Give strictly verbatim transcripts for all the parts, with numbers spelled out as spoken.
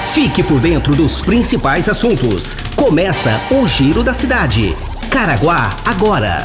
Fique por dentro dos principais assuntos. Começa o Giro da Cidade. Caraguá agora.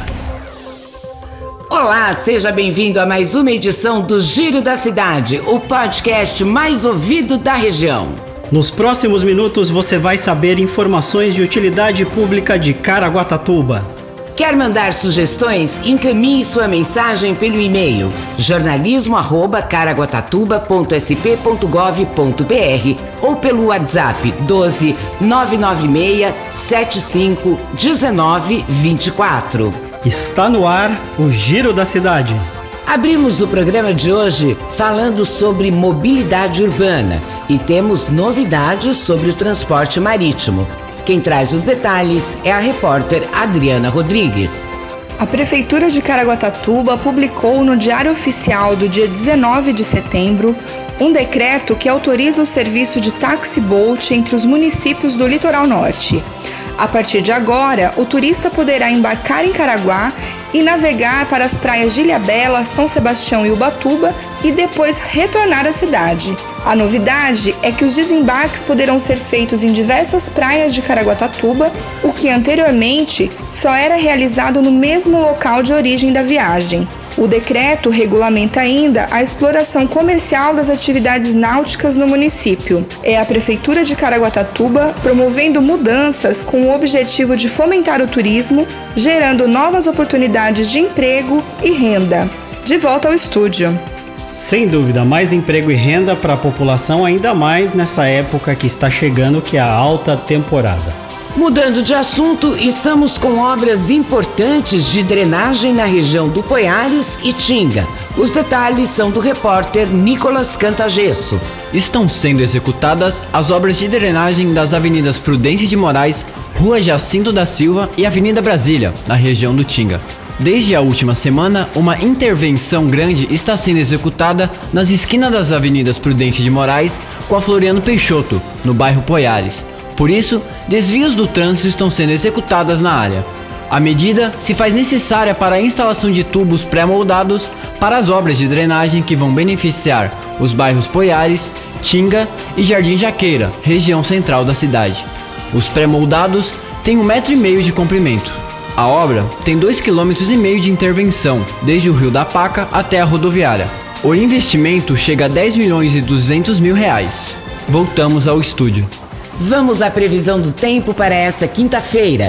Olá, seja bem-vindo a mais uma edição do Giro da Cidade, o podcast mais ouvido da região. Nos próximos minutos você vai saber informações de utilidade pública de Caraguatatuba. Quer mandar sugestões? Encaminhe sua mensagem pelo e-mail jornalismo arroba caraguatatuba ponto s p ponto gov ponto b r ou pelo WhatsApp doze nove nove seis sete cinco um nove dois quatro. Está no ar o Giro da Cidade. Abrimos o programa de hoje falando sobre mobilidade urbana e temos novidades sobre o transporte marítimo. Quem traz os detalhes é a repórter Adriana Rodrigues. A Prefeitura de Caraguatatuba publicou no Diário Oficial do dia dezenove de setembro um decreto que autoriza o serviço de taxi-boat entre os municípios do Litoral Norte. A partir de agora, o turista poderá embarcar em Caraguá e navegar para as praias de Ilhabela, São Sebastião e Ubatuba e depois retornar à cidade. A novidade é que os desembarques poderão ser feitos em diversas praias de Caraguatatuba, o que anteriormente só era realizado no mesmo local de origem da viagem. O decreto regulamenta ainda a exploração comercial das atividades náuticas no município. É a Prefeitura de Caraguatatuba promovendo mudanças com o objetivo de fomentar o turismo, gerando novas oportunidades de emprego e renda. De volta ao estúdio. Sem dúvida, mais emprego e renda para a população, ainda mais nessa época que está chegando, que é a alta temporada. Mudando de assunto, estamos com obras importantes de drenagem na região do Poiares e Tinga. Os detalhes são do repórter Nicolas Cantagesso. Estão sendo executadas as obras de drenagem das avenidas Prudente de Moraes, Rua Jacinto da Silva e Avenida Brasília, na região do Tinga. Desde a última semana, uma intervenção grande está sendo executada nas esquinas das avenidas Prudente de Moraes com a Floriano Peixoto, no bairro Poiares. Por isso, desvios do trânsito estão sendo executadas na área. A medida se faz necessária para a instalação de tubos pré-moldados para as obras de drenagem que vão beneficiar os bairros Poiares, Tinga e Jardim Jaqueira, região central da cidade. Os pré-moldados têm um metro e meio de comprimento. A obra tem dois quilômetros e meio de intervenção, desde o Rio da Paca até a rodoviária. O investimento chega a dez milhões e duzentos mil reais. Voltamos ao estúdio. Vamos à previsão do tempo para essa quinta-feira.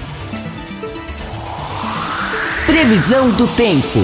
Previsão do tempo.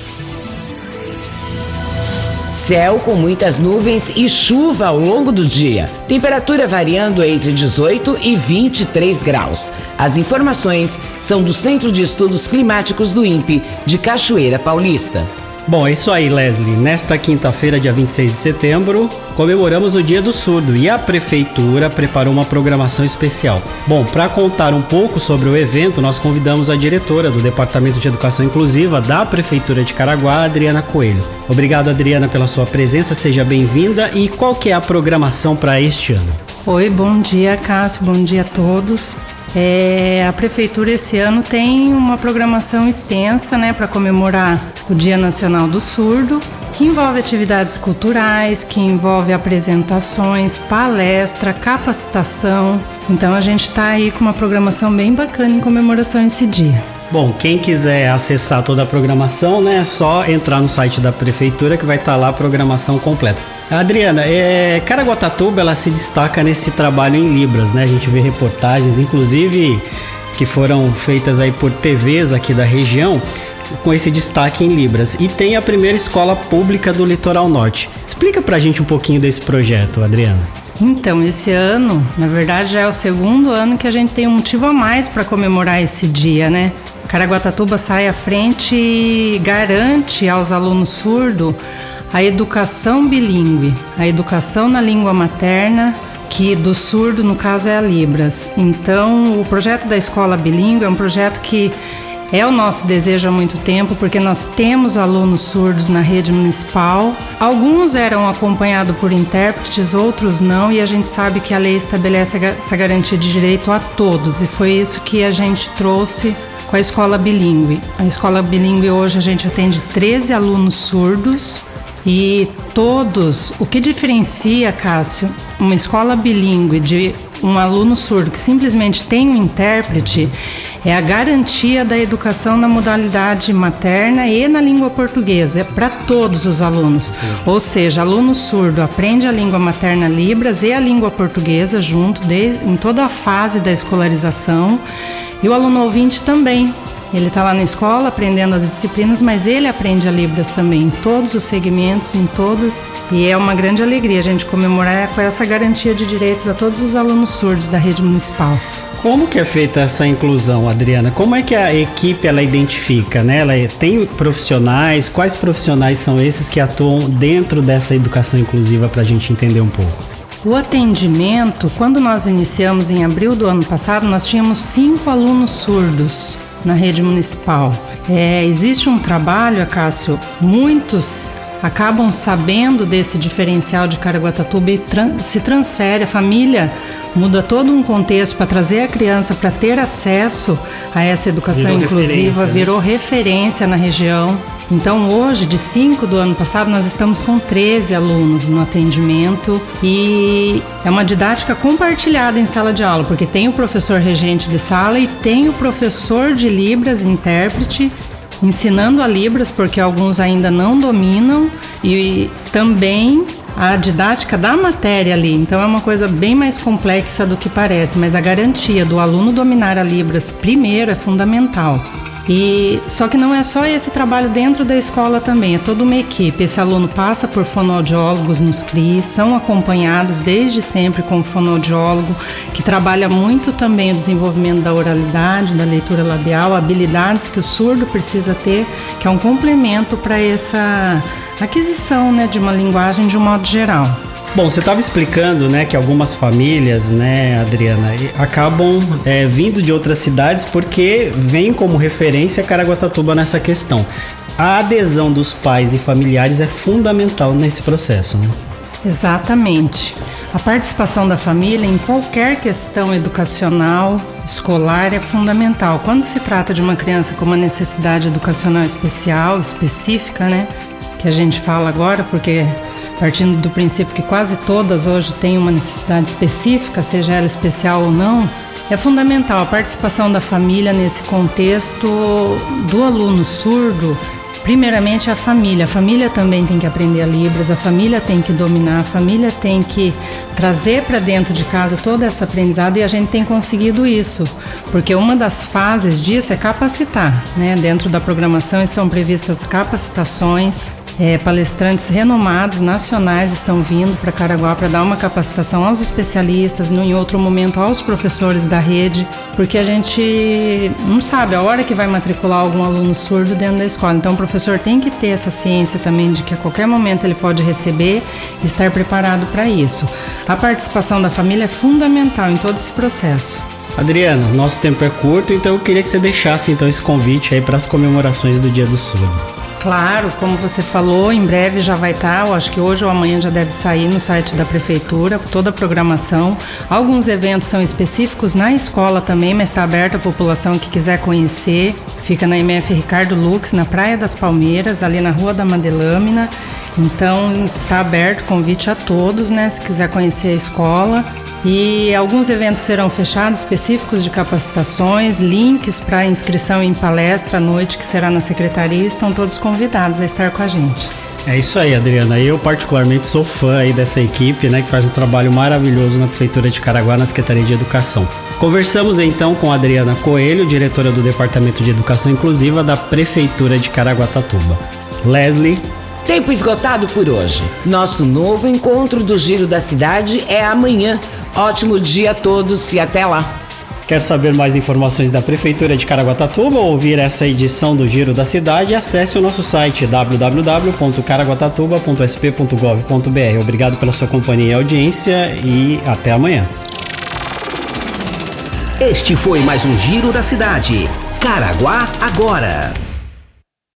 Céu com muitas nuvens e chuva ao longo do dia. Temperatura variando entre dezoito e vinte e três graus. As informações são do Centro de Estudos Climáticos do INPE de Cachoeira Paulista. Bom, é isso aí, Leslie. Nesta quinta-feira, dia vinte e seis de setembro, comemoramos o Dia do Surdo e a Prefeitura preparou uma programação especial. Bom, para contar um pouco sobre o evento, nós convidamos a diretora do Departamento de Educação Inclusiva da Prefeitura de Caraguá, Adriana Coelho. Obrigado, Adriana, pela sua presença, seja bem-vinda. E qual que é a programação para este ano? Oi, bom dia, Cássio, bom dia a todos. É, a Prefeitura esse ano tem uma programação extensa, né, para comemorar o Dia Nacional do Surdo, que envolve atividades culturais, que envolve apresentações, palestra, capacitação. Então a gente está aí com uma programação bem bacana em comemoração a esse dia. Bom, quem quiser acessar toda a programação, né, é só entrar no site da Prefeitura que vai estar lá a programação completa. Adriana, é, Caraguatatuba ela se destaca nesse trabalho em Libras, né? A gente vê reportagens, inclusive, que foram feitas aí por T Vs aqui da região, com esse destaque em Libras. E tem a primeira escola pública do Litoral Norte. Explica pra gente um pouquinho desse projeto, Adriana. Então, esse ano, na verdade, já é o segundo ano que a gente tem um motivo a mais para comemorar esse dia, né? Caraguatatuba sai à frente e garante aos alunos surdos a educação bilíngue, a educação na língua materna, que do surdo, no caso, é a Libras. Então, o projeto da escola bilíngue é um projeto que é o nosso desejo há muito tempo, porque nós temos alunos surdos na rede municipal. Alguns eram acompanhados por intérpretes, outros não, e a gente sabe que a lei estabelece essa garantia de direito a todos, e foi isso que a gente trouxe com a escola bilíngue. A escola bilíngue hoje a gente atende treze alunos surdos E todos, o que diferencia, Cássio, uma escola bilíngue de um aluno surdo que simplesmente tem um intérprete é a garantia da educação na modalidade materna e na língua portuguesa, é para todos os alunos. Ou seja, aluno surdo aprende a língua materna Libras e a língua portuguesa junto, de, em toda a fase da escolarização, e o aluno ouvinte também. Ele está lá na escola aprendendo as disciplinas, mas ele aprende a Libras também, em todos os segmentos, em todas. E é uma grande alegria a gente comemorar com essa garantia de direitos a todos os alunos surdos da rede municipal. Como que é feita essa inclusão, Adriana? Como é que a equipe ela identifica, né? Ela tem profissionais? Quais profissionais são esses que atuam dentro dessa educação inclusiva para a gente entender um pouco? O atendimento, quando nós iniciamos em abril do ano passado, nós tínhamos cinco alunos surdos na rede municipal. É, existe um trabalho, Cássio, muitos acabam sabendo desse diferencial de Caraguatatuba e tran- se transfere, a família muda todo um contexto para trazer a criança para ter acesso a essa educação virou inclusiva, referência, virou né? referência na região. Então hoje, de cinco do ano passado, nós estamos com treze alunos no atendimento e é uma didática compartilhada em sala de aula, porque tem o professor regente de sala e tem o professor de Libras, intérprete, ensinando a Libras, porque alguns ainda não dominam, e também a didática da matéria ali. Então é uma coisa bem mais complexa do que parece, mas a garantia do aluno dominar a Libras primeiro é fundamental. E só que não é só esse trabalho dentro da escola também, é toda uma equipe. Esse aluno passa por fonoaudiólogos nos C R I, são acompanhados desde sempre com o fonoaudiólogo, que trabalha muito também o desenvolvimento da oralidade, da leitura labial, habilidades que o surdo precisa ter, que é um complemento para essa aquisição, né, de uma linguagem de um modo geral. Bom, você estava explicando, né, que algumas famílias, né, Adriana, acabam é, vindo de outras cidades porque vem como referência Caraguatatuba nessa questão. A adesão dos pais e familiares é fundamental nesse processo, né? Exatamente. A participação da família em qualquer questão educacional, escolar, é fundamental. Quando se trata de uma criança com uma necessidade educacional especial, específica, né, que a gente fala agora, porque partindo do princípio que quase todas hoje têm uma necessidade específica, seja ela especial ou não, é fundamental a participação da família nesse contexto do aluno surdo. Primeiramente a família, a família também tem que aprender a Libras, a família tem que dominar, a família tem que trazer para dentro de casa toda essa aprendizado, e a gente tem conseguido isso, porque uma das fases disso é capacitar, né? Dentro da programação estão previstas capacitações, É, palestrantes renomados nacionais estão vindo para Caraguá para dar uma capacitação aos especialistas, no, em outro momento aos professores da rede, porque a gente não sabe a hora que vai matricular algum aluno surdo dentro da escola. Então o professor tem que ter essa ciência também de que a qualquer momento ele pode receber e estar preparado para isso. A participação da família é fundamental em todo esse processo. Adriana, nosso tempo é curto, então eu queria que você deixasse então esse convite aí para as comemorações do Dia do Surdo. Claro, como você falou, em breve já vai estar, eu acho que hoje ou amanhã já deve sair no site da Prefeitura, toda a programação. Alguns eventos são específicos na escola também, mas está aberto à população que quiser conhecer. Fica na M F Ricardo Lux, na Praia das Palmeiras, ali na Rua da Madelâmina. Então está aberto o convite a todos, né, se quiser conhecer a escola. E alguns eventos serão fechados, específicos de capacitações, links para inscrição em palestra à noite, que será na secretaria, estão todos convidados a estar com a gente. É isso aí, Adriana. Eu particularmente sou fã aí dessa equipe, né, que faz um trabalho maravilhoso na Prefeitura de Caraguá, na Secretaria de Educação. Conversamos então com a Adriana Coelho, diretora do Departamento de Educação Inclusiva da Prefeitura de Caraguatatuba. Leslie. Tempo esgotado por hoje. Nosso novo encontro do Giro da Cidade é amanhã. Ótimo dia a todos e até lá. Quer saber mais informações da Prefeitura de Caraguatatuba ou ouvir essa edição do Giro da Cidade? Acesse o nosso site w w w ponto caraguatatuba ponto s p ponto gov ponto b r. Obrigado pela sua companhia e audiência e até amanhã. Este foi mais um Giro da Cidade. Caraguá agora.